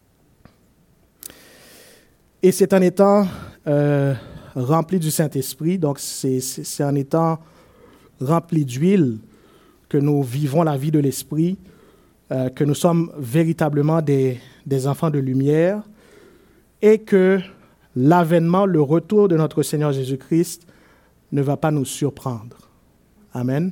Speaker 1: Et c'est en étant rempli du Saint-Esprit, donc c'est en étant rempli d'huile que nous vivons la vie de l'Esprit, que nous sommes véritablement des enfants de lumière et que l'avènement, le retour de notre Seigneur Jésus-Christ ne va pas nous surprendre. Amen.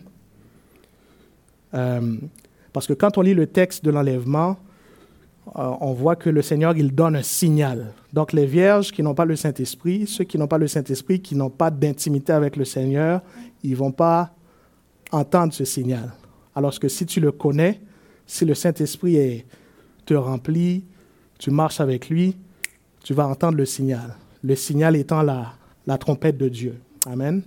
Speaker 1: Parce que quand on lit le texte de l'enlèvement, on voit que le Seigneur, il donne un signal. Donc les vierges qui n'ont pas le Saint-Esprit, ceux qui n'ont pas le Saint-Esprit, qui n'ont pas d'intimité avec le Seigneur, ils ne vont pas entendre ce signal. Alors que si tu le connais, si le Saint-Esprit te remplit, tu marches avec lui, tu vas entendre le signal. le signal étant la trompette de Dieu. Amen.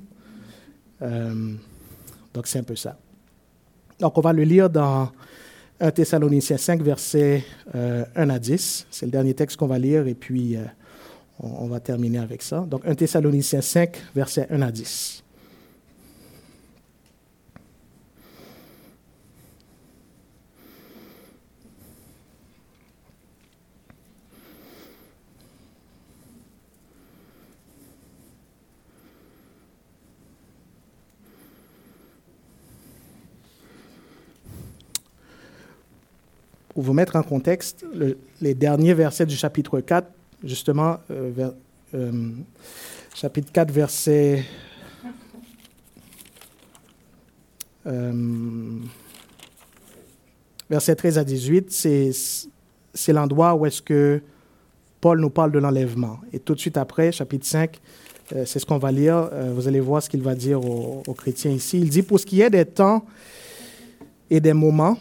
Speaker 1: Donc c'est un peu ça. Donc on va le lire dans 1 Thessaloniciens 5, versets 1 à 10. C'est le dernier texte qu'on va lire et puis on va terminer avec ça. Donc 1 Thessaloniciens 5, versets 1 à 10. Pour vous mettre en contexte, les derniers versets du chapitre 4, justement, chapitre 4, verset 13 à 18, c'est l'endroit où est-ce que Paul nous parle de l'enlèvement. Et tout de suite après, chapitre 5, c'est ce qu'on va lire. Vous allez voir ce qu'il va dire aux chrétiens ici. Il dit, pour ce qui est des temps et des moments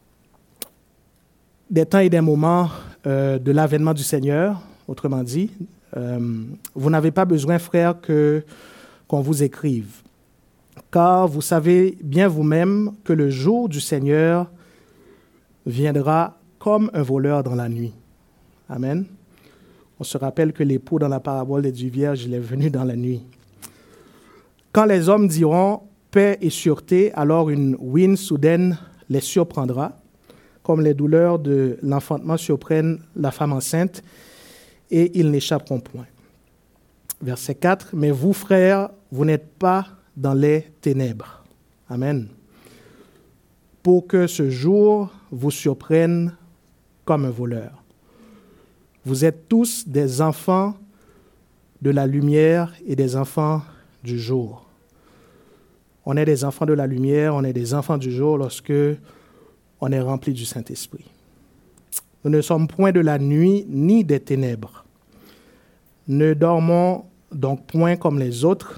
Speaker 1: de l'avènement du Seigneur, autrement dit, vous n'avez pas besoin, frères, qu'on vous écrive, car vous savez bien vous-même que le jour du Seigneur viendra comme un voleur dans la nuit. Amen. On se rappelle que l'époux dans la parabole des 10 vierges, il est venu dans la nuit. Quand les hommes diront paix et sûreté, alors une ruine soudaine les surprendra, comme les douleurs de l'enfantement surprennent la femme enceinte, et ils n'échapperont point. Verset 4, « Mais vous, frères, vous n'êtes pas dans les ténèbres. » Amen. « Pour que ce jour vous surprenne comme un voleur. Vous êtes tous des enfants de la lumière et des enfants du jour. » On est des enfants de la lumière, on est des enfants du jour lorsque on est rempli du Saint-Esprit. Nous ne sommes point de la nuit ni des ténèbres. Ne dormons donc point comme les autres.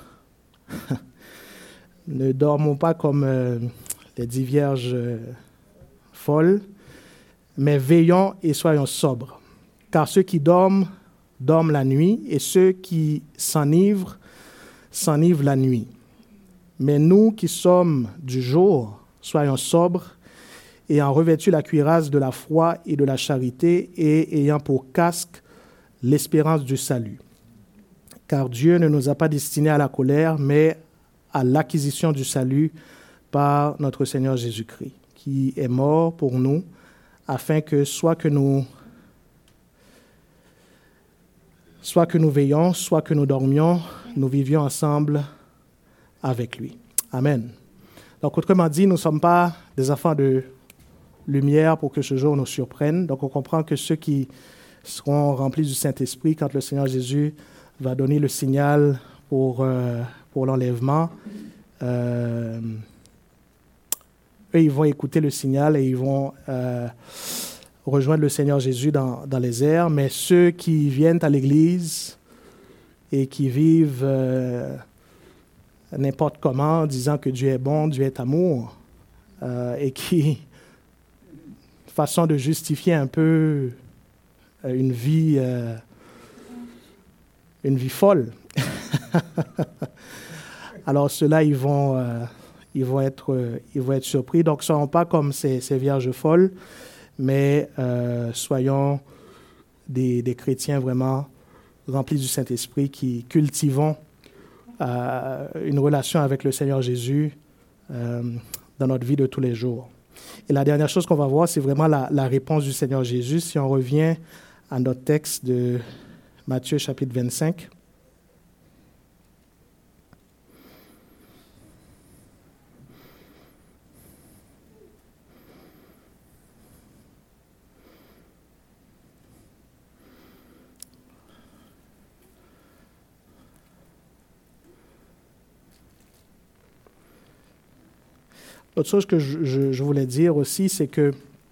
Speaker 1: Ne dormons pas comme les 10 vierges folles, mais veillons et soyons sobres. Car ceux qui dorment, dorment la nuit, et ceux qui s'enivrent, s'enivrent la nuit. Mais nous qui sommes du jour, soyons sobres, ayant revêtu la cuirasse de la foi et de la charité, et ayant pour casque l'espérance du salut. Car Dieu ne nous a pas destinés à la colère, mais à l'acquisition du salut par notre Seigneur Jésus-Christ, qui est mort pour nous, afin que soit que nous veillions, soit que nous dormions, nous vivions ensemble avec lui. Amen. Donc, autrement dit, nous ne sommes pas des enfants de lumière pour que ce jour nous surprenne. Donc, on comprend que ceux qui seront remplis du Saint-Esprit, quand le Seigneur Jésus va donner le signal pour l'enlèvement, eux, ils vont écouter le signal et ils vont rejoindre le Seigneur Jésus dans les airs. Mais ceux qui viennent à l'Église et qui vivent n'importe comment, disant que Dieu est bon, Dieu est amour, et qui, façon de justifier un peu une vie folle. Alors ceux-là, ils vont être surpris. Donc, ne soyons pas comme ces vierges folles, mais soyons des chrétiens vraiment remplis du Saint-Esprit qui cultivons une relation avec le Seigneur Jésus dans notre vie de tous les jours. Et la dernière chose qu'on va voir, c'est vraiment la réponse du Seigneur Jésus. Si on revient à notre texte de Matthieu chapitre 25. L'autre chose que je voulais dire aussi, c'est que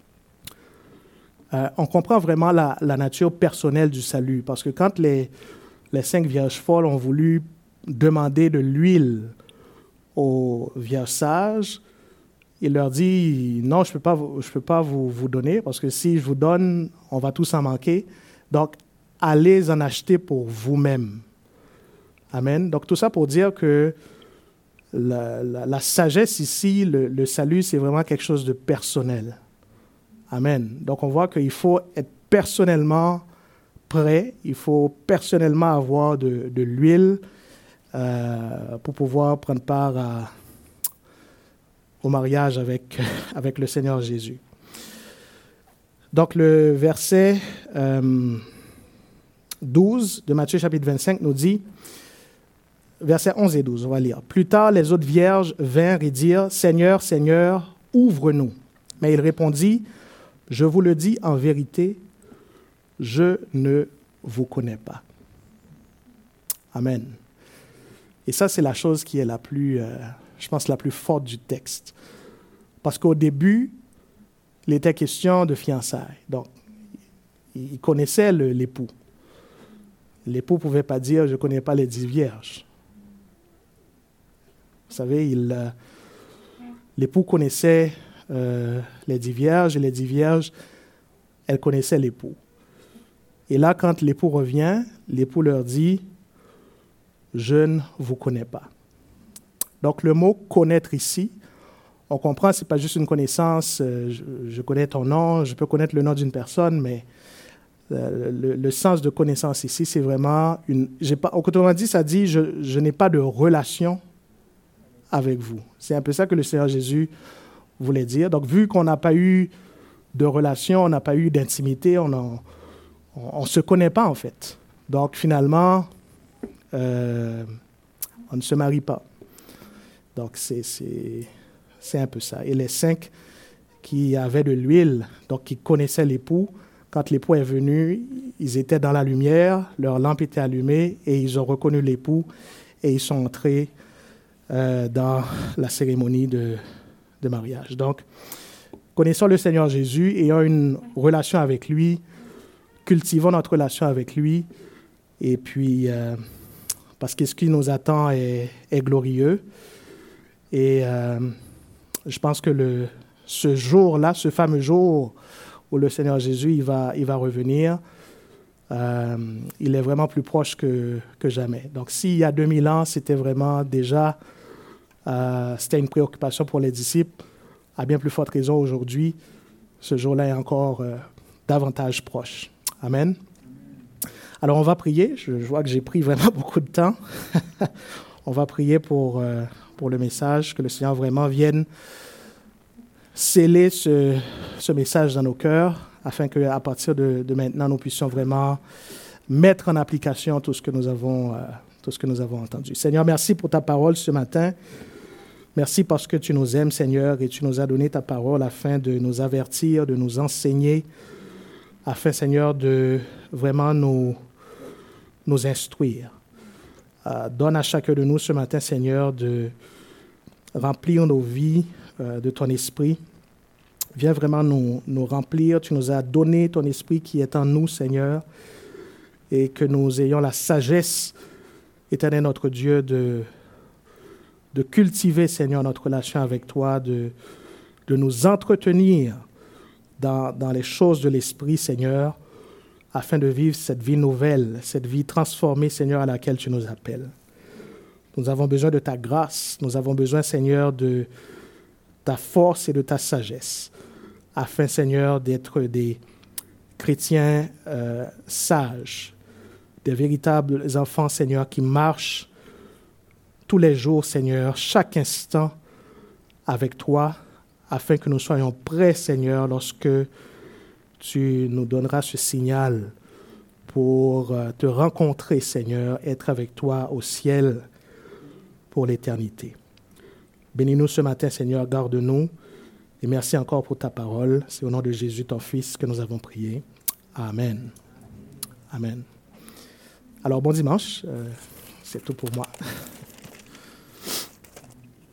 Speaker 1: on comprend vraiment la nature personnelle du salut. Parce que quand les 5 vierges folles ont voulu demander de l'huile aux vierges sages, il leur dit « Non, je peux pas vous donner, parce que si je vous donne, on va tous en manquer. » Donc, allez en acheter pour vous-même. Amen. Donc tout ça pour dire que la sagesse ici, le salut, c'est vraiment quelque chose de personnel. Amen. Donc on voit qu'il faut être personnellement prêt, il faut personnellement avoir de l'huile pour pouvoir prendre part au mariage avec le Seigneur Jésus. Donc le verset 12 de Matthieu chapitre 25 nous dit, versets 11 et 12, on va lire. « Plus tard, les autres vierges vinrent et dirent, « Seigneur, Seigneur, ouvre-nous. » Mais il répondit, « Je vous le dis en vérité, je ne vous connais pas. » Amen. Et ça, c'est la chose qui est la plus, je pense, la plus forte du texte. Parce qu'au début, il était question de fiançailles. Donc, il connaissait l'époux. L'époux ne pouvait pas dire « je ne connais pas les 10 vierges ». Vous savez, l'époux connaissait les 10 vierges et les 10 vierges, elles connaissaient l'époux. Et là, quand l'époux revient, l'époux leur dit « je ne vous connais pas ». Donc, le mot « connaître » ici, on comprend, ce n'est pas juste une connaissance, je connais ton nom, je peux connaître le nom d'une personne, mais le sens de connaissance ici, c'est vraiment autrement dit, ça dit je n'ai pas de relation avec vous. C'est un peu ça que le Seigneur Jésus voulait dire. Donc, vu qu'on n'a pas eu de relation, on n'a pas eu d'intimité, on ne se connaît pas en fait. Donc, finalement, on ne se marie pas. Donc, c'est un peu ça. Et les 5 qui avaient de l'huile, donc qui connaissaient l'époux, quand l'époux est venu, ils étaient dans la lumière, leur lampe était allumée et ils ont reconnu l'époux et ils sont entrés dans la cérémonie de mariage. Donc, connaissons le Seigneur Jésus, ayons une relation avec lui, cultivons notre relation avec lui, et puis, parce que ce qui nous attend est glorieux. Et je pense que ce jour-là, ce fameux jour où le Seigneur Jésus il va revenir, il est vraiment plus proche que jamais. Donc, s'il y a 2000 ans, c'était vraiment déjà, c'était une préoccupation pour les disciples, à bien plus forte raison aujourd'hui, ce jour-là est encore davantage proche. Amen. Alors, on va prier. Je vois que j'ai pris vraiment beaucoup de temps. On va prier pour le message, que le Seigneur vraiment vienne sceller ce message dans nos cœurs, afin qu'à partir de maintenant, nous puissions vraiment mettre en application tout ce que nous avons entendu. Seigneur, merci pour ta parole ce matin. Merci parce que tu nous aimes, Seigneur, et tu nous as donné ta parole afin de nous avertir, de nous enseigner, afin, Seigneur, de vraiment nous instruire. Donne à chacun de nous ce matin, Seigneur, de remplir nos vies de ton esprit. Viens vraiment nous remplir. Tu nous as donné ton esprit qui est en nous, Seigneur, et que nous ayons la sagesse, Éternel notre Dieu, de cultiver, Seigneur, notre relation avec toi, de nous entretenir dans les choses de l'esprit, Seigneur, afin de vivre cette vie nouvelle, cette vie transformée, Seigneur, à laquelle tu nous appelles. Nous avons besoin de ta grâce, nous avons besoin, Seigneur, de ta force et de ta sagesse, afin, Seigneur, d'être des chrétiens sages, des véritables enfants, Seigneur, qui marchent tous les jours, Seigneur, chaque instant avec toi, afin que nous soyons prêts, Seigneur, lorsque tu nous donneras ce signal pour te rencontrer, Seigneur, être avec toi au ciel pour l'éternité. Bénis-nous ce matin, Seigneur, garde-nous, et merci encore pour ta parole. C'est au nom de Jésus, ton Fils, que nous avons prié. Amen. Amen. Alors, bon dimanche. C'est tout pour moi.